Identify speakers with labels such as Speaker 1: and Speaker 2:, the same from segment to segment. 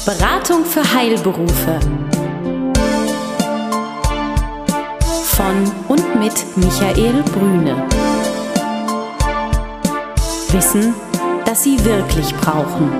Speaker 1: Beratung für Heilberufe. Von und mit Michael Brüne. Wissen, das Sie wirklich brauchen.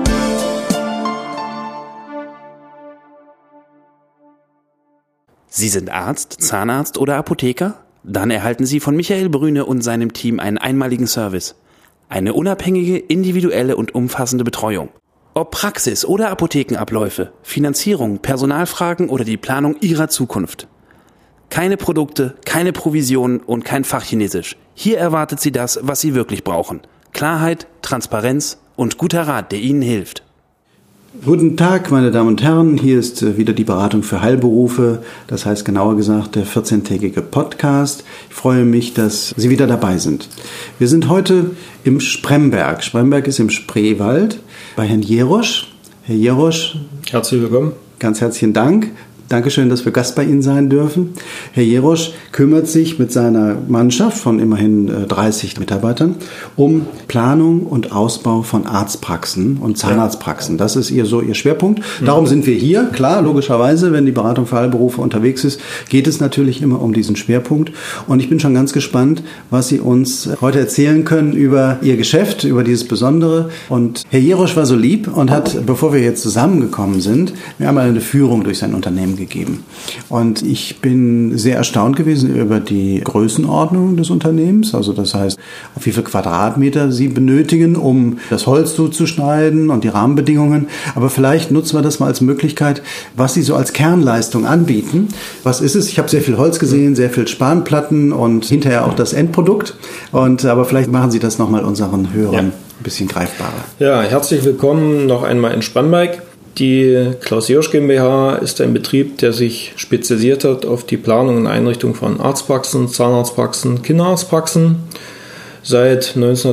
Speaker 2: Sie sind Arzt, Zahnarzt oder Apotheker? Dann erhalten Sie von Michael Brüne und seinem Team einen einmaligen Service. Eine unabhängige, individuelle und umfassende Betreuung. Ob Praxis- oder Apothekenabläufe, Finanzierung, Personalfragen oder die Planung Ihrer Zukunft. Keine Produkte, keine Provisionen und kein Fachchinesisch. Hier erwartet Sie das, was Sie wirklich brauchen. Klarheit, Transparenz und guter Rat, der Ihnen hilft.
Speaker 3: Guten Tag, meine Damen und Herren. Hier ist wieder die Beratung für Heilberufe. Das heißt genauer gesagt der 14-tägige Podcast. Ich freue mich, dass Sie wieder dabei sind. Wir sind heute im Spremberg. Spremberg ist im Spreewald bei Herrn Jerosch. Herr Jerosch.
Speaker 4: Herzlich willkommen.
Speaker 3: Ganz herzlichen Dank. Dankeschön, dass wir Gast bei Ihnen sein dürfen. Herr Jerosch kümmert sich mit seiner Mannschaft von immerhin 30 Mitarbeitern um Planung und Ausbau von Arztpraxen und Zahnarztpraxen. Das ist Ihr Schwerpunkt. Darum sind wir hier. Klar, logischerweise, wenn die Beratung für Heilberufe unterwegs ist, geht es natürlich immer um diesen Schwerpunkt. Und ich bin schon ganz gespannt, was Sie uns heute erzählen können über Ihr Geschäft, über dieses Besondere. Und Herr Jerosch war so lieb und hat, bevor wir jetzt zusammengekommen sind, mir einmal eine Führung durch sein Unternehmen gegeben. Und ich bin sehr erstaunt gewesen über die Größenordnung des Unternehmens. Also das heißt, auf wie viel Quadratmeter Sie benötigen, um das Holz zuzuschneiden und die Rahmenbedingungen. Aber vielleicht nutzen wir das mal als Möglichkeit, was Sie so als Kernleistung anbieten. Was ist es? Ich habe sehr viel Holz gesehen, sehr viel Spanplatten und hinterher auch das Endprodukt. Aber vielleicht machen Sie das nochmal unseren Hörern ein bisschen greifbarer.
Speaker 4: Ja, herzlich willkommen noch einmal in Spremberg. Die Klaus Jerosch GmbH ist ein Betrieb, der sich spezialisiert hat auf die Planung und Einrichtung von Arztpraxen, Zahnarztpraxen, Kinderarztpraxen. Seit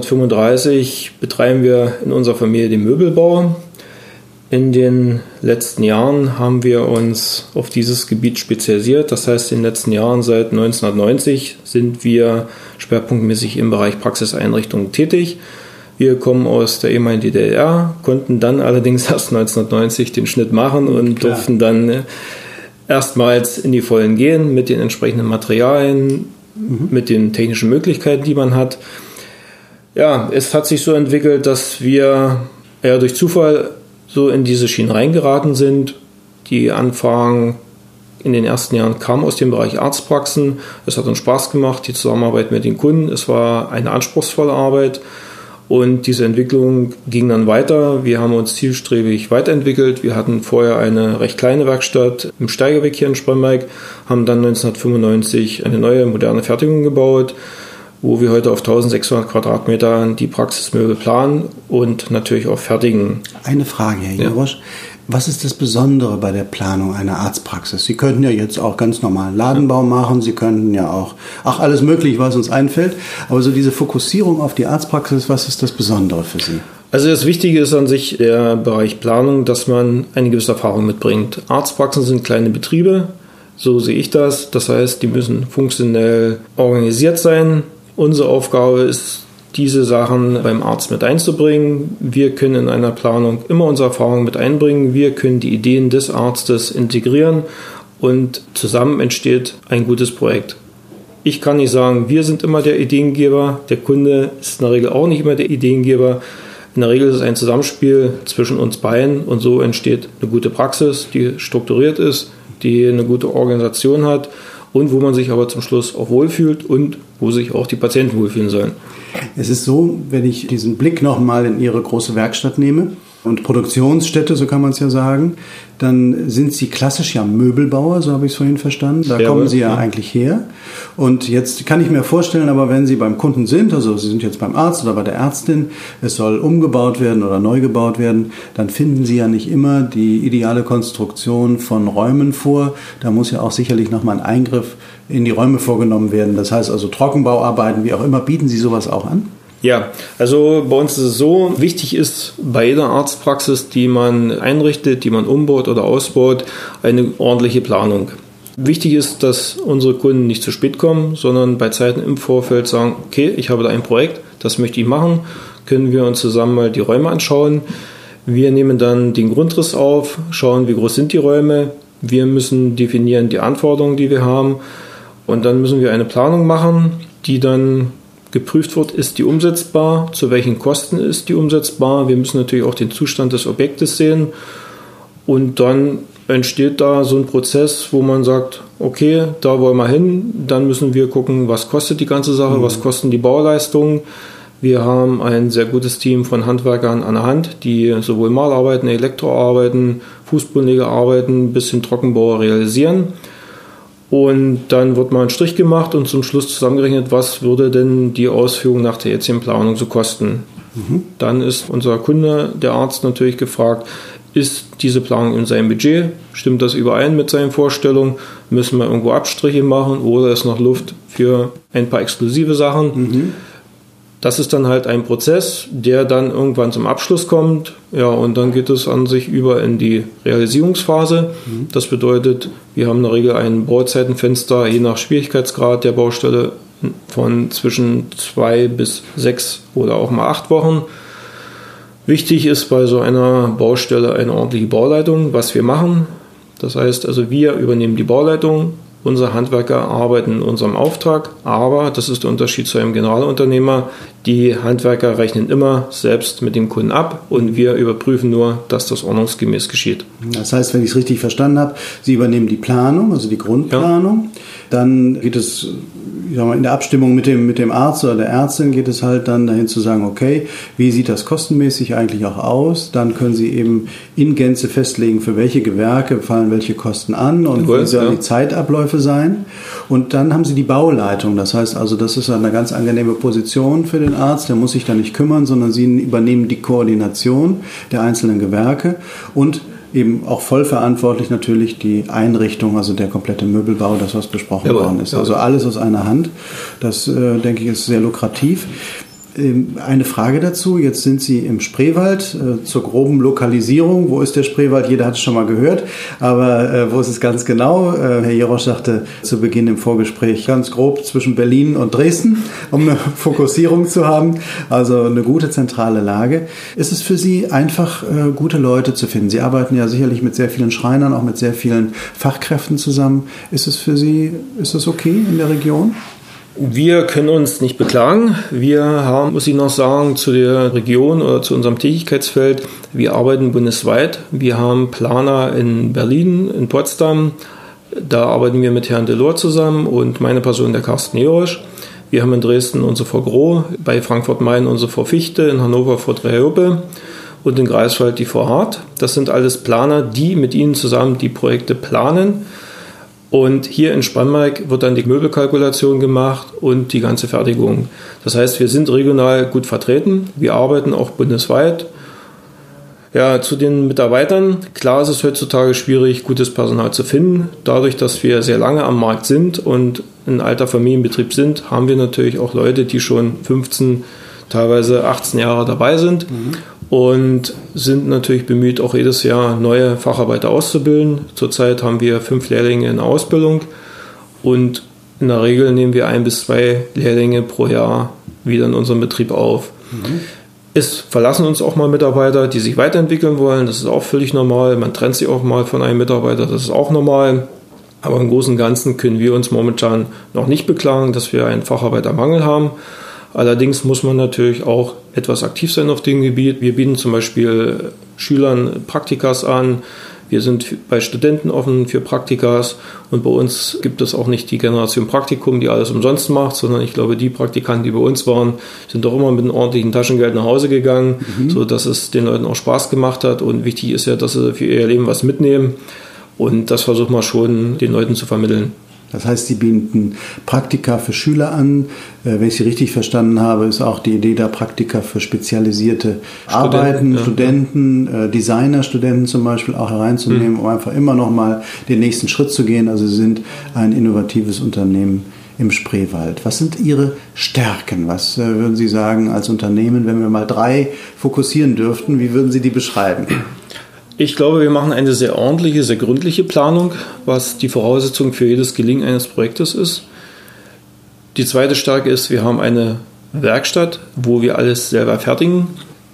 Speaker 4: 1935 betreiben wir in unserer Familie den Möbelbau. In den letzten Jahren haben wir uns auf dieses Gebiet spezialisiert. Das heißt, in den letzten Jahren, seit 1990, sind wir schwerpunktmäßig im Bereich Praxiseinrichtungen tätig. Wir kommen aus der ehemaligen DDR, konnten dann allerdings erst 1990 den Schnitt machen und durften dann erstmals in die Vollen gehen mit den entsprechenden Materialien, mit den technischen Möglichkeiten, die man hat. Ja, es hat sich so entwickelt, dass wir durch Zufall so in diese Schiene reingeraten sind. Die Anfragen in den ersten Jahren kamen aus dem Bereich Arztpraxen. Es hat uns Spaß gemacht, die Zusammenarbeit mit den Kunden. Es war eine anspruchsvolle Arbeit. Und diese Entwicklung ging dann weiter. Wir haben uns zielstrebig weiterentwickelt. Wir hatten vorher eine recht kleine Werkstatt im Steigerweg hier in Spremberg, haben dann 1995 eine neue, moderne Fertigung gebaut, wo wir heute auf 1600 Quadratmetern die Praxismöbel planen und natürlich auch fertigen.
Speaker 3: Eine Frage, Herr Jerosch. Was ist das Besondere bei der Planung einer Arztpraxis? Sie könnten ja jetzt auch ganz normalen Ladenbau machen, Sie könnten ja auch, alles Mögliche, was uns einfällt. Aber so diese Fokussierung auf die Arztpraxis, was ist das Besondere für Sie?
Speaker 4: Also das Wichtige ist an sich der Bereich Planung, dass man eine gewisse Erfahrung mitbringt. Arztpraxen sind kleine Betriebe, so sehe ich das. Das heißt, die müssen funktionell organisiert sein. Unsere Aufgabe ist, diese Sachen beim Arzt mit einzubringen. Wir können in einer Planung immer unsere Erfahrungen mit einbringen. Wir können die Ideen des Arztes integrieren und zusammen entsteht ein gutes Projekt. Ich kann nicht sagen, wir sind immer der Ideengeber. Der Kunde ist in der Regel auch nicht immer der Ideengeber. In der Regel ist es ein Zusammenspiel zwischen uns beiden und so entsteht eine gute Praxis, die strukturiert ist, die eine gute Organisation hat und wo man sich aber zum Schluss auch wohlfühlt und wo sich auch die Patienten wohlfühlen sollen.
Speaker 3: Es ist so, wenn ich diesen Blick nochmal in Ihre große Werkstatt nehme und Produktionsstätte, so kann man es ja sagen, dann sind Sie klassisch ja Möbelbauer, so habe ich es vorhin verstanden. Da kommen Sie ja eigentlich her. Und jetzt kann ich mir vorstellen, aber wenn Sie beim Kunden sind, also Sie sind jetzt beim Arzt oder bei der Ärztin, es soll umgebaut werden oder neu gebaut werden, dann finden Sie ja nicht immer die ideale Konstruktion von Räumen vor. Da muss ja auch sicherlich nochmal ein Eingriff in die Räume vorgenommen werden. Das heißt also Trockenbauarbeiten, wie auch immer, bieten Sie sowas auch an?
Speaker 4: Ja, also bei uns ist es so, wichtig ist bei jeder Arztpraxis, die man einrichtet, die man umbaut oder ausbaut, eine ordentliche Planung. Wichtig ist, dass unsere Kunden nicht zu spät kommen, sondern bei Zeiten im Vorfeld sagen, okay, ich habe da ein Projekt, das möchte ich machen, können wir uns zusammen mal die Räume anschauen. Wir nehmen dann den Grundriss auf, schauen, wie groß sind die Räume. Wir müssen definieren die Anforderungen, die wir haben. Und dann müssen wir eine Planung machen, die dann geprüft wird, ist die umsetzbar, zu welchen Kosten ist die umsetzbar. Wir müssen natürlich auch den Zustand des Objektes sehen. Und dann entsteht da so ein Prozess, wo man sagt, okay, da wollen wir hin. Dann müssen wir gucken, was kostet die ganze Sache, was kosten die Bauleistungen. Wir haben ein sehr gutes Team von Handwerkern an der Hand, die sowohl Malarbeiten, Elektroarbeiten, Fußbodenlegerarbeiten bis hin Trockenbau realisieren. Und dann wird mal ein Strich gemacht und zum Schluss zusammengerechnet, was würde denn die Ausführung nach der jetzigen Planung so kosten. Dann ist unser Kunde, der Arzt, natürlich gefragt, ist diese Planung in seinem Budget? Stimmt das überein mit seinen Vorstellungen? Müssen wir irgendwo Abstriche machen oder ist noch Luft für ein paar exklusive Sachen? Das ist dann halt ein Prozess, der dann irgendwann zum Abschluss kommt. Ja, und dann geht es an sich über in die Realisierungsphase. Das bedeutet, wir haben in der Regel ein Bauzeitenfenster, je nach Schwierigkeitsgrad der Baustelle, von zwischen 2 bis 6 oder auch mal 8 Wochen. Wichtig ist bei so einer Baustelle eine ordentliche Bauleitung, was wir machen. Das heißt also, wir übernehmen die Bauleitung. Unsere Handwerker arbeiten in unserem Auftrag, aber das ist der Unterschied zu einem Generalunternehmer. Die Handwerker rechnen immer selbst mit dem Kunden ab und wir überprüfen nur, dass das ordnungsgemäß geschieht.
Speaker 3: Das heißt, wenn ich es richtig verstanden habe, Sie übernehmen die Planung, also die Grundplanung. Ja. Dann geht es, ich sag mal, in der Abstimmung mit dem Arzt oder der Ärztin geht es halt dann dahin zu sagen, okay, wie sieht das kostenmäßig eigentlich auch aus? Dann können Sie eben in Gänze festlegen, für welche Gewerke fallen welche Kosten an und wie sollen die Zeitabläufe sein. Und dann haben Sie die Bauleitung. Das heißt also, das ist eine ganz angenehme Position für den Arzt. Der muss sich da nicht kümmern, sondern Sie übernehmen die Koordination der einzelnen Gewerke und eben auch voll verantwortlich natürlich die Einrichtung, also der komplette Möbelbau, das was besprochen worden ist. Also alles aus einer Hand. Das, denke ich, ist sehr lukrativ. Eine Frage dazu, jetzt sind Sie im Spreewald, zur groben Lokalisierung. Wo ist der Spreewald? Jeder hat es schon mal gehört, aber wo ist es ganz genau? Herr Jerosch sagte zu Beginn im Vorgespräch ganz grob zwischen Berlin und Dresden, um eine Fokussierung zu haben, also eine gute zentrale Lage. Ist es für Sie einfach, gute Leute zu finden? Sie arbeiten ja sicherlich mit sehr vielen Schreinern, auch mit sehr vielen Fachkräften zusammen. Ist es für Sie, ist es okay in der Region?
Speaker 4: Wir können uns nicht beklagen. Wir haben, muss ich noch sagen, zu der Region oder zu unserem Tätigkeitsfeld, wir arbeiten bundesweit. Wir haben Planer in Berlin, in Potsdam. Da arbeiten wir mit Herrn Delors zusammen und meine Person, der Carsten Jerosch. Wir haben in Dresden unsere Frau Groh, bei Frankfurt-Main unsere Frau Fichte, in Hannover Frau Drehoppe und in Greifswald die Frau Hart. Das sind alles Planer, die mit ihnen zusammen die Projekte planen. Und hier in Spangenberg wird dann die Möbelkalkulation gemacht und die ganze Fertigung. Das heißt, wir sind regional gut vertreten. Wir arbeiten auch bundesweit. Ja, zu den Mitarbeitern. Klar ist es heutzutage schwierig, gutes Personal zu finden. Dadurch, dass wir sehr lange am Markt sind und ein alter Familienbetrieb sind, haben wir natürlich auch Leute, die schon 15, teilweise 18 Jahre dabei sind. Und sind natürlich bemüht, auch jedes Jahr neue Facharbeiter auszubilden. Zurzeit haben wir 5 Lehrlinge in Ausbildung und in der Regel nehmen wir 1 bis 2 Lehrlinge pro Jahr wieder in unserem Betrieb auf. Es verlassen uns auch mal Mitarbeiter, die sich weiterentwickeln wollen. Das ist auch völlig normal. Man trennt sich auch mal von einem Mitarbeiter, das ist auch normal. Aber im Großen und Ganzen können wir uns momentan noch nicht beklagen, dass wir einen Facharbeitermangel haben. Allerdings muss man natürlich auch etwas aktiv sein auf dem Gebiet. Wir bieten zum Beispiel Schülern Praktikas an. Wir sind bei Studenten offen für Praktikas. Und bei uns gibt es auch nicht die Generation Praktikum, die alles umsonst macht, sondern ich glaube, die Praktikanten, die bei uns waren, sind doch immer mit einem ordentlichen Taschengeld nach Hause gegangen, sodass es den Leuten auch Spaß gemacht hat. Und wichtig ist ja, dass sie für ihr Leben was mitnehmen. Und das versuchen wir schon, den Leuten zu vermitteln.
Speaker 3: Das heißt, Sie bieten Praktika für Schüler an. Wenn ich Sie richtig verstanden habe, ist auch die Idee da Praktika für spezialisierte Arbeiten, Studenten, Designerstudenten zum Beispiel auch hereinzunehmen, um einfach immer noch mal den nächsten Schritt zu gehen. Also Sie sind ein innovatives Unternehmen im Spreewald. Was sind Ihre Stärken? Was würden Sie sagen als Unternehmen, wenn wir mal 3 fokussieren dürften? Wie würden Sie die beschreiben?
Speaker 4: Ich glaube, wir machen eine sehr ordentliche, sehr gründliche Planung, was die Voraussetzung für jedes Gelingen eines Projektes ist. Die zweite Stärke ist, wir haben eine Werkstatt, wo wir alles selber fertigen.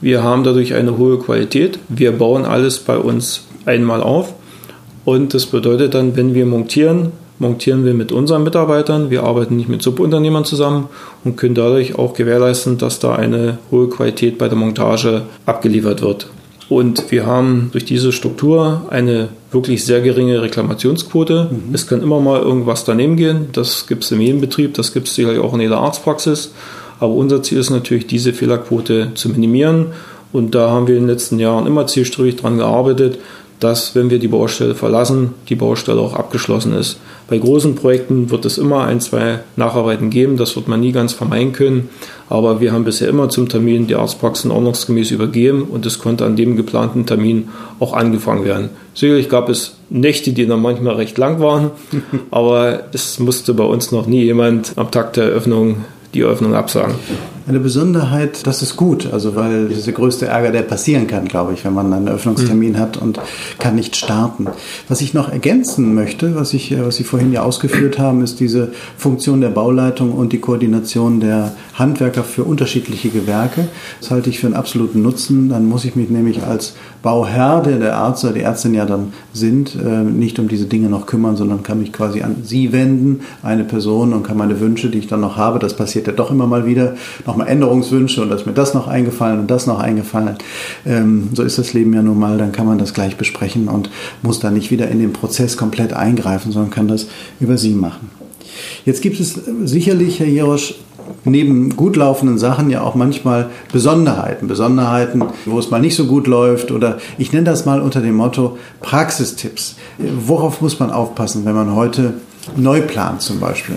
Speaker 4: Wir haben dadurch eine hohe Qualität. Wir bauen alles bei uns einmal auf. Und das bedeutet dann, wenn wir montieren wir mit unseren Mitarbeitern. Wir arbeiten nicht mit Subunternehmern zusammen und können dadurch auch gewährleisten, dass da eine hohe Qualität bei der Montage abgeliefert wird. Und wir haben durch diese Struktur eine wirklich sehr geringe Reklamationsquote. Es kann immer mal irgendwas daneben gehen. Das gibt es in jedem Betrieb, das gibt es sicherlich auch in jeder Arztpraxis. Aber unser Ziel ist natürlich, diese Fehlerquote zu minimieren. Und da haben wir in den letzten Jahren immer zielstrebig daran gearbeitet, dass, wenn wir die Baustelle verlassen, die Baustelle auch abgeschlossen ist. Bei großen Projekten wird es immer 1, 2 Nacharbeiten geben, das wird man nie ganz vermeiden können, aber wir haben bisher immer zum Termin die Arztpraxen ordnungsgemäß übergeben und es konnte an dem geplanten Termin auch angefangen werden. Sicherlich gab es Nächte, die dann manchmal recht lang waren, aber es musste bei uns noch nie jemand am Tag der Eröffnung die Eröffnung absagen.
Speaker 3: Eine Besonderheit, das ist gut, also weil das ist der größte Ärger, der passieren kann, glaube ich, wenn man einen Eröffnungstermin hat und kann nicht starten. Was ich noch ergänzen möchte, was Sie vorhin ja ausgeführt haben, ist diese Funktion der Bauleitung und die Koordination der Handwerker für unterschiedliche Gewerke. Das halte ich für einen absoluten Nutzen. Dann muss ich mich nämlich als Bauherr, der Arzt oder die Ärztin ja dann sind, nicht um diese Dinge noch kümmern, sondern kann mich quasi an Sie wenden, eine Person, und kann meine Wünsche, die ich dann noch habe, das passiert ja doch immer mal wieder, nochmal Änderungswünsche und da ist mir das noch eingefallen und das noch eingefallen. So ist das Leben ja nun mal, dann kann man das gleich besprechen und muss da nicht wieder in den Prozess komplett eingreifen, sondern kann das über Sie machen. Jetzt gibt es sicherlich, Herr Jerosch, neben gut laufenden Sachen ja auch manchmal Besonderheiten, wo es mal nicht so gut läuft, oder ich nenne das mal unter dem Motto Praxistipps. Worauf muss man aufpassen, wenn man heute neu plant zum Beispiel?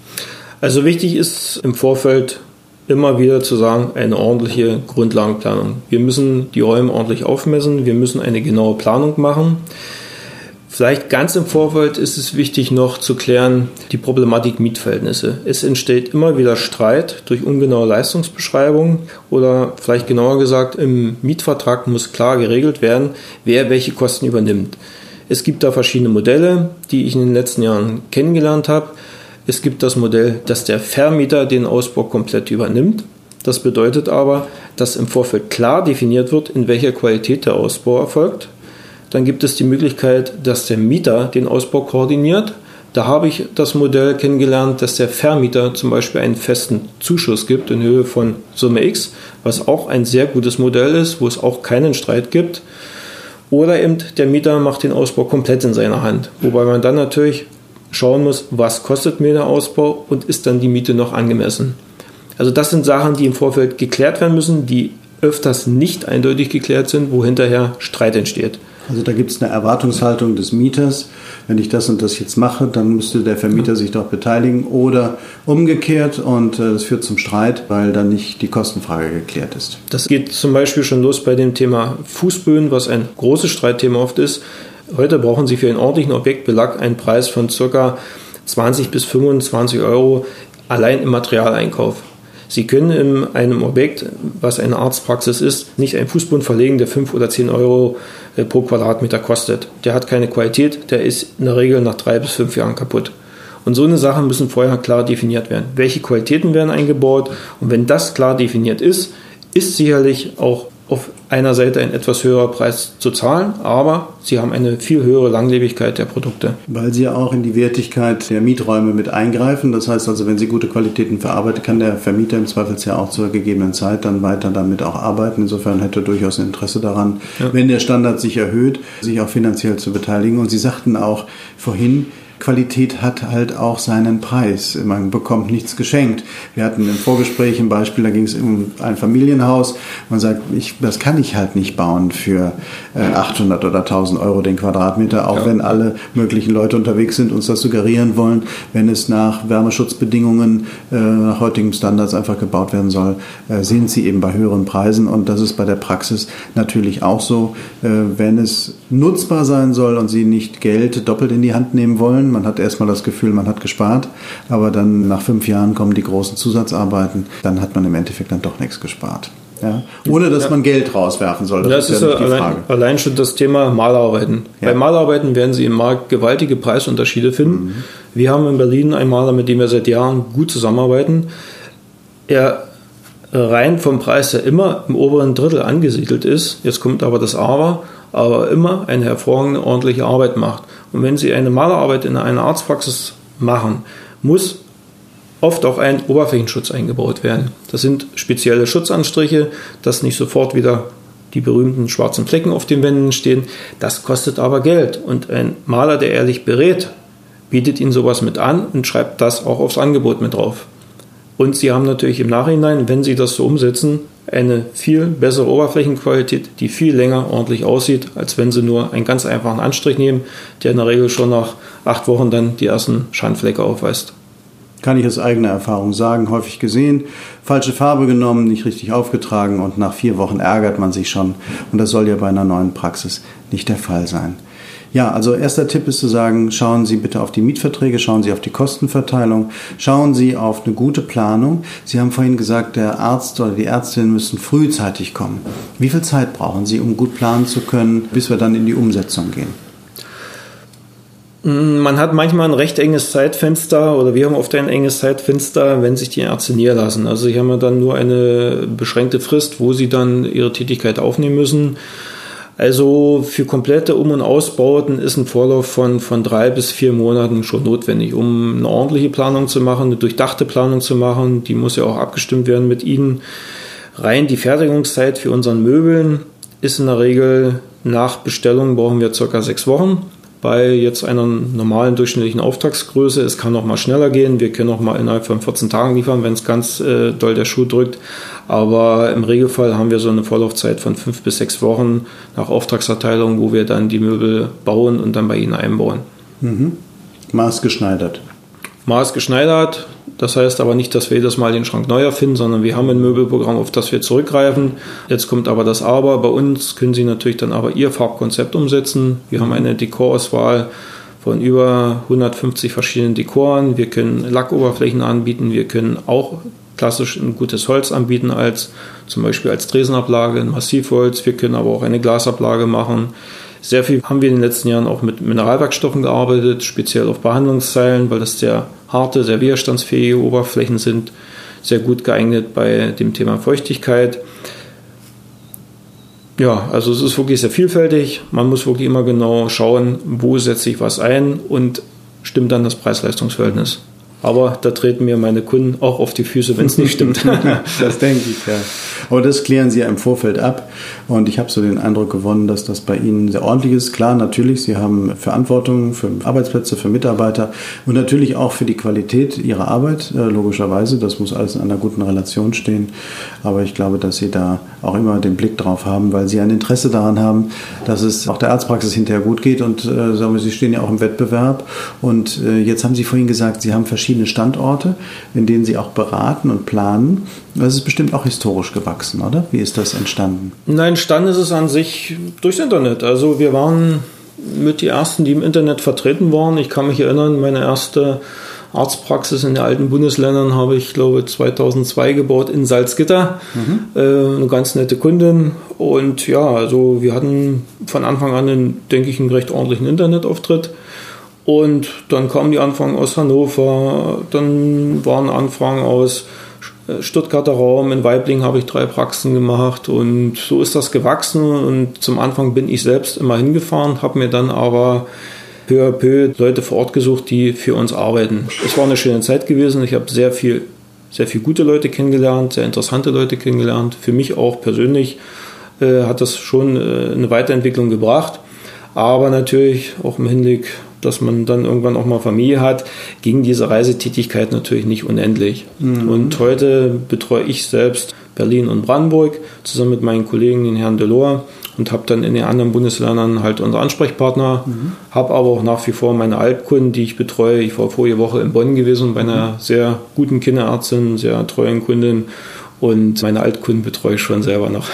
Speaker 4: Also wichtig ist im Vorfeld immer wieder zu sagen, eine ordentliche Grundlagenplanung. Wir müssen die Räume ordentlich aufmessen, wir müssen eine genaue Planung machen. Vielleicht ganz im Vorfeld ist es wichtig noch zu klären, die Problematik Mietverhältnisse. Es entsteht immer wieder Streit durch ungenaue Leistungsbeschreibungen oder vielleicht genauer gesagt, im Mietvertrag muss klar geregelt werden, wer welche Kosten übernimmt. Es gibt da verschiedene Modelle, die ich in den letzten Jahren kennengelernt habe. Es gibt das Modell, dass der Vermieter den Ausbau komplett übernimmt. Das bedeutet aber, dass im Vorfeld klar definiert wird, in welcher Qualität der Ausbau erfolgt. Dann gibt es die Möglichkeit, dass der Mieter den Ausbau koordiniert. Da habe ich das Modell kennengelernt, dass der Vermieter zum Beispiel einen festen Zuschuss gibt in Höhe von Summe X, was auch ein sehr gutes Modell ist, wo es auch keinen Streit gibt. Oder eben der Mieter macht den Ausbau komplett in seiner Hand, wobei man dann natürlich schauen muss, was kostet mir der Ausbau und ist dann die Miete noch angemessen. Also das sind Sachen, die im Vorfeld geklärt werden müssen, die öfters nicht eindeutig geklärt sind, wo hinterher Streit entsteht.
Speaker 3: Also da gibt es eine Erwartungshaltung des Mieters. Wenn ich das und das jetzt mache, dann müsste der Vermieter sich doch beteiligen oder umgekehrt, und das führt zum Streit, weil dann nicht die Kostenfrage geklärt ist.
Speaker 4: Das geht zum Beispiel schon los bei dem Thema Fußböden, was ein großes Streitthema oft ist. Heute brauchen Sie für einen ordentlichen Objektbelag einen Preis von ca. 20 bis 25 Euro allein im Materialeinkauf. Sie können in einem Objekt, was eine Arztpraxis ist, nicht einen Fußboden verlegen, der 5 oder 10 Euro pro Quadratmeter kostet. Der hat keine Qualität, der ist in der Regel nach 3 bis 5 Jahren kaputt. Und so eine Sache müssen vorher klar definiert werden. Welche Qualitäten werden eingebaut? Und wenn das klar definiert ist, ist sicherlich auch auf einer Seite ein etwas höherer Preis zu zahlen, aber Sie haben eine viel höhere Langlebigkeit der Produkte.
Speaker 3: Weil Sie ja auch in die Wertigkeit der Mieträume mit eingreifen. Das heißt also, wenn Sie gute Qualitäten verarbeiten, kann der Vermieter im Zweifelsjahr auch zur gegebenen Zeit dann weiter damit auch arbeiten. Insofern hätte er durchaus ein Interesse daran, wenn der Standard sich erhöht, sich auch finanziell zu beteiligen. Und Sie sagten auch vorhin, Qualität hat halt auch seinen Preis. Man bekommt nichts geschenkt. Wir hatten im Vorgespräch ein Beispiel, da ging es um ein Familienhaus. Man sagt, das kann ich halt nicht bauen für 800 oder 1000 Euro den Quadratmeter, auch wenn alle möglichen Leute unterwegs sind, uns das suggerieren wollen. Wenn es nach Wärmeschutzbedingungen, nach heutigen Standards einfach gebaut werden soll, sind sie eben bei höheren Preisen. Und das ist bei der Praxis natürlich auch so. Wenn es nutzbar sein soll und Sie nicht Geld doppelt in die Hand nehmen wollen, man hat erstmal das Gefühl, man hat gespart, aber dann nach 5 Jahren kommen die großen Zusatzarbeiten, dann hat man im Endeffekt dann doch nichts gespart. Ja? Ohne dass man Geld rauswerfen soll.
Speaker 4: Das ist ja nicht die Frage. Allein schon das Thema Malerarbeiten. Ja. Bei Malerarbeiten werden Sie im Markt gewaltige Preisunterschiede finden. Wir haben in Berlin einen Maler, mit dem wir seit Jahren gut zusammenarbeiten. Er rein vom Preis, der immer im oberen Drittel angesiedelt ist, jetzt kommt aber das aber immer eine hervorragende, ordentliche Arbeit macht. Und wenn Sie eine Malerarbeit in einer Arztpraxis machen, muss oft auch ein Oberflächenschutz eingebaut werden. Das sind spezielle Schutzanstriche, dass nicht sofort wieder die berühmten schwarzen Flecken auf den Wänden stehen. Das kostet aber Geld. Und ein Maler, der ehrlich berät, bietet Ihnen sowas mit an und schreibt das auch aufs Angebot mit drauf. Und Sie haben natürlich im Nachhinein, wenn Sie das so umsetzen, eine viel bessere Oberflächenqualität, die viel länger ordentlich aussieht, als wenn Sie nur einen ganz einfachen Anstrich nehmen, der in der Regel schon nach 8 Wochen dann die ersten Schandflecke aufweist.
Speaker 3: Kann ich aus eigener Erfahrung sagen, häufig gesehen, falsche Farbe genommen, nicht richtig aufgetragen und nach 4 Wochen ärgert man sich schon. Und das soll ja bei einer neuen Praxis nicht der Fall sein. Ja, also erster Tipp ist zu sagen, schauen Sie bitte auf die Mietverträge, schauen Sie auf die Kostenverteilung, schauen Sie auf eine gute Planung. Sie haben vorhin gesagt, der Arzt oder die Ärztin müssen frühzeitig kommen. Wie viel Zeit brauchen Sie, um gut planen zu können, bis wir dann in die Umsetzung gehen?
Speaker 4: Man hat manchmal ein recht enges Zeitfenster oder wir haben oft ein enges Zeitfenster, wenn sich die Ärzte niederlassen. Also sie haben ja dann nur eine beschränkte Frist, wo sie dann ihre Tätigkeit aufnehmen müssen. Also für komplette Um- und Ausbauten ist ein Vorlauf von 3 bis 4 Monaten schon notwendig, um eine ordentliche Planung zu machen, eine durchdachte Planung zu machen. Die muss ja auch abgestimmt werden mit Ihnen. Rein die Fertigungszeit für unseren Möbeln ist in der Regel nach Bestellung brauchen wir ca. 6 Wochen. Bei jetzt einer normalen durchschnittlichen Auftragsgröße. Es kann noch mal schneller gehen. Wir können auch mal innerhalb von 14 Tagen liefern, wenn es ganz doll der Schuh drückt. Aber im Regelfall haben wir so eine Vorlaufzeit von 5 bis 6 Wochen nach Auftragserteilung, wo wir dann die Möbel bauen und dann bei Ihnen einbauen.
Speaker 3: Maßgeschneidert.
Speaker 4: Maßgeschneidert. Das heißt aber nicht, dass wir jedes Mal den Schrank neu erfinden, sondern wir haben ein Möbelprogramm, auf das wir zurückgreifen. Jetzt kommt aber das Aber. Bei uns können Sie natürlich dann aber Ihr Farbkonzept umsetzen. Wir haben eine Dekorauswahl von über 150 verschiedenen Dekoren. Wir können Lackoberflächen anbieten. Wir können auch klassisch ein gutes Holz anbieten, zum Beispiel als Tresenablage, ein Massivholz. Wir können aber auch eine Glasablage machen. Sehr viel haben wir in den letzten Jahren auch mit Mineralwerkstoffen gearbeitet, speziell auf Behandlungszeilen, weil das sehr harte, sehr widerstandsfähige Oberflächen sind, sehr gut geeignet bei dem Thema Feuchtigkeit. Ja, also es ist wirklich sehr vielfältig. Man muss wirklich immer genau schauen, wo setze ich was ein und stimmt dann das Preis-Leistungs-Verhältnis. Aber da treten mir meine Kunden auch auf die Füße, wenn es nicht stimmt.
Speaker 3: Das denke ich, ja. Aber das klären Sie ja im Vorfeld ab. Und ich habe so den Eindruck gewonnen, dass das bei Ihnen sehr ordentlich ist. Klar, natürlich, Sie haben Verantwortung für Arbeitsplätze, für Mitarbeiter und natürlich auch für die Qualität Ihrer Arbeit, logischerweise. Das muss alles in einer guten Relation stehen. Aber ich glaube, dass Sie da auch immer den Blick drauf haben, weil Sie ein Interesse daran haben, dass es auch der Arztpraxis hinterher gut geht. Und sagen wir, Sie stehen ja auch im Wettbewerb. Und jetzt haben Sie vorhin gesagt, Sie haben verschiedene Standorte, in denen Sie auch beraten und planen. Das ist bestimmt auch historisch gewachsen, oder? Wie ist das entstanden?
Speaker 4: Nein, entstanden ist es an sich durchs Internet. Also wir waren mit die Ersten, die im Internet vertreten waren. Ich kann mich erinnern, meine erste Arztpraxis in den alten Bundesländern habe ich, glaube ich, 2002 gebaut in Salzgitter. Eine ganz nette Kundin. Und ja, also wir hatten von Anfang an, denke ich, einen recht ordentlichen Internetauftritt. Und dann kamen die Anfragen aus Hannover, dann waren Anfragen aus Stuttgarter Raum, in Waiblingen habe ich 3 Praxen gemacht und so ist das gewachsen und zum Anfang bin ich selbst immer hingefahren, habe mir dann aber peu à peu Leute vor Ort gesucht, die für uns arbeiten. Es war eine schöne Zeit gewesen, ich habe sehr viel gute Leute kennengelernt, sehr interessante Leute kennengelernt. Für mich auch persönlich hat das schon eine Weiterentwicklung gebracht, aber natürlich auch im Hinblick, dass man dann irgendwann auch mal Familie hat, ging diese Reisetätigkeit natürlich nicht unendlich. Und heute betreue ich selbst Berlin und Brandenburg zusammen mit meinen Kollegen, den Herrn Delors, und habe dann in den anderen Bundesländern halt unsere Ansprechpartner, habe aber auch nach wie vor meine Altkunden, die ich betreue. Ich war vorige Woche in Bonn gewesen bei einer sehr guten Kinderärztin, sehr treuen Kundin und meine Altkunden betreue ich schon selber noch.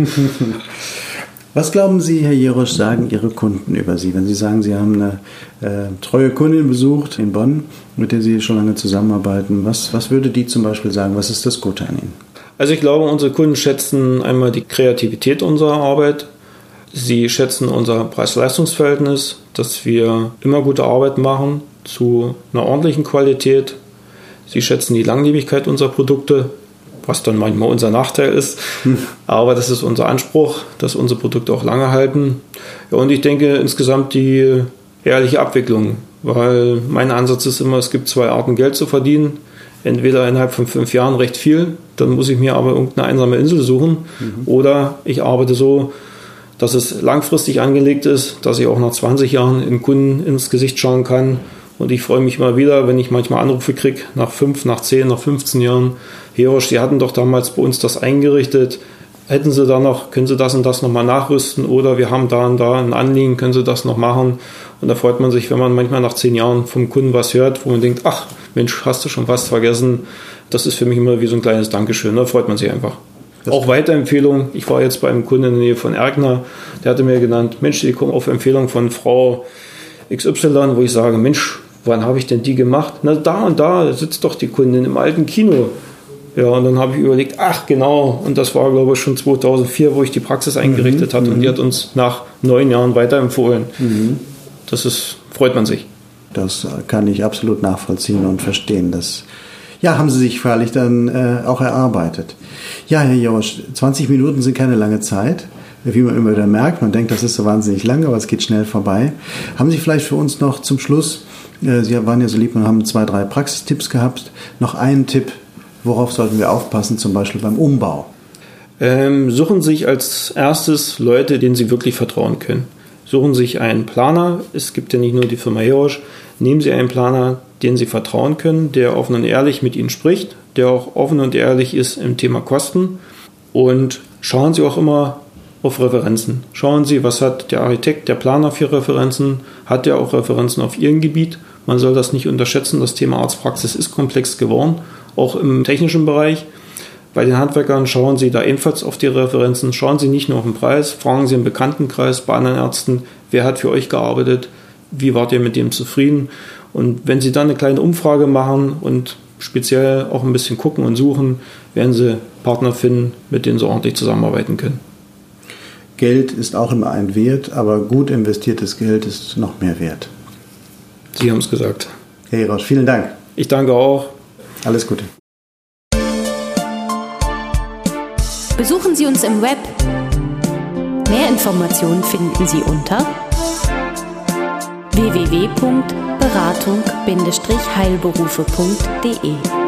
Speaker 3: Was glauben Sie, Herr Jerosch, sagen Ihre Kunden über Sie? Wenn Sie sagen, Sie haben eine treue Kundin besucht in Bonn, mit der Sie schon lange zusammenarbeiten, was würde die zum Beispiel sagen? Was ist das Gute an Ihnen?
Speaker 4: Also ich glaube, unsere Kunden schätzen einmal die Kreativität unserer Arbeit. Sie schätzen unser Preis-Leistungs-Verhältnis, dass wir immer gute Arbeit machen zu einer ordentlichen Qualität. Sie schätzen die Langlebigkeit unserer Produkte. was dann manchmal unser Nachteil ist. Aber das ist unser Anspruch, dass unsere Produkte auch lange halten. Ja, und ich denke insgesamt die ehrliche Abwicklung, weil mein Ansatz ist immer, es gibt 2 Arten, Geld zu verdienen. Entweder innerhalb von 5 Jahren recht viel, dann muss ich mir aber irgendeine einsame Insel suchen, oder ich arbeite so, dass es langfristig angelegt ist, dass ich auch nach 20 Jahren den Kunden ins Gesicht schauen kann. Und ich freue mich immer wieder, wenn ich manchmal Anrufe kriege, nach 5, nach 10, nach 15 Jahren. Herosch, Sie hatten doch damals bei uns das eingerichtet. Hätten Sie da noch, können Sie das und das nochmal nachrüsten? Oder wir haben da und da ein Anliegen, können Sie das noch machen? Und da freut man sich, wenn man manchmal nach 10 Jahren vom Kunden was hört, wo man denkt, ach Mensch, hast du schon fast vergessen. Das ist für mich immer wie so ein kleines Dankeschön. Da freut man sich einfach. Auch Weiterempfehlung. Ich war jetzt bei einem Kunden in der Nähe von Erkner, der hatte mir genannt, Mensch, die kommen auf Empfehlung von Frau XY, wo ich sage, Mensch, wann habe ich denn die gemacht? Na, da und da sitzt doch die Kundin im alten Kino. Ja, und dann habe ich überlegt, ach genau, und das war, glaube ich, schon 2004, wo ich die Praxis eingerichtet hatte, und die hat uns nach 9 Jahren weiterempfohlen. Das ist, freut man sich.
Speaker 3: Das kann ich absolut nachvollziehen und verstehen. Das haben Sie sich freilich dann auch erarbeitet. Ja, Herr Jorosch, 20 Minuten sind keine lange Zeit. Wie man immer wieder merkt, man denkt, das ist so wahnsinnig lang, aber es geht schnell vorbei. Haben Sie vielleicht für uns noch zum Schluss, Sie waren ja so lieb und haben 2, 3 Praxistipps gehabt, noch einen Tipp, worauf sollten wir aufpassen, zum Beispiel beim Umbau?
Speaker 4: Suchen Sie sich als erstes Leute, denen Sie wirklich vertrauen können. Suchen Sie sich einen Planer, es gibt ja nicht nur die Firma Herosch, nehmen Sie einen Planer, den Sie vertrauen können, der offen und ehrlich mit Ihnen spricht, der auch offen und ehrlich ist im Thema Kosten, und schauen Sie auch immer auf Referenzen. Schauen Sie, was hat der Architekt, der Planer für Referenzen, hat er auch Referenzen auf Ihrem Gebiet. Man soll das nicht unterschätzen, das Thema Arztpraxis ist komplex geworden, auch im technischen Bereich. Bei den Handwerkern schauen Sie da ebenfalls auf die Referenzen, schauen Sie nicht nur auf den Preis, fragen Sie im Bekanntenkreis bei anderen Ärzten, wer hat für euch gearbeitet, wie wart ihr mit dem zufrieden? Und wenn Sie dann eine kleine Umfrage machen und speziell auch ein bisschen gucken und suchen, werden Sie Partner finden, mit denen Sie ordentlich zusammenarbeiten können.
Speaker 3: Geld ist auch immer ein Wert, aber gut investiertes Geld ist noch mehr wert.
Speaker 4: Sie haben es gesagt.
Speaker 3: Herr Herosch, vielen Dank.
Speaker 4: Ich danke auch.
Speaker 3: Alles Gute.
Speaker 1: Besuchen Sie uns im Web. Mehr Informationen finden Sie unter www.beratung-heilberufe.de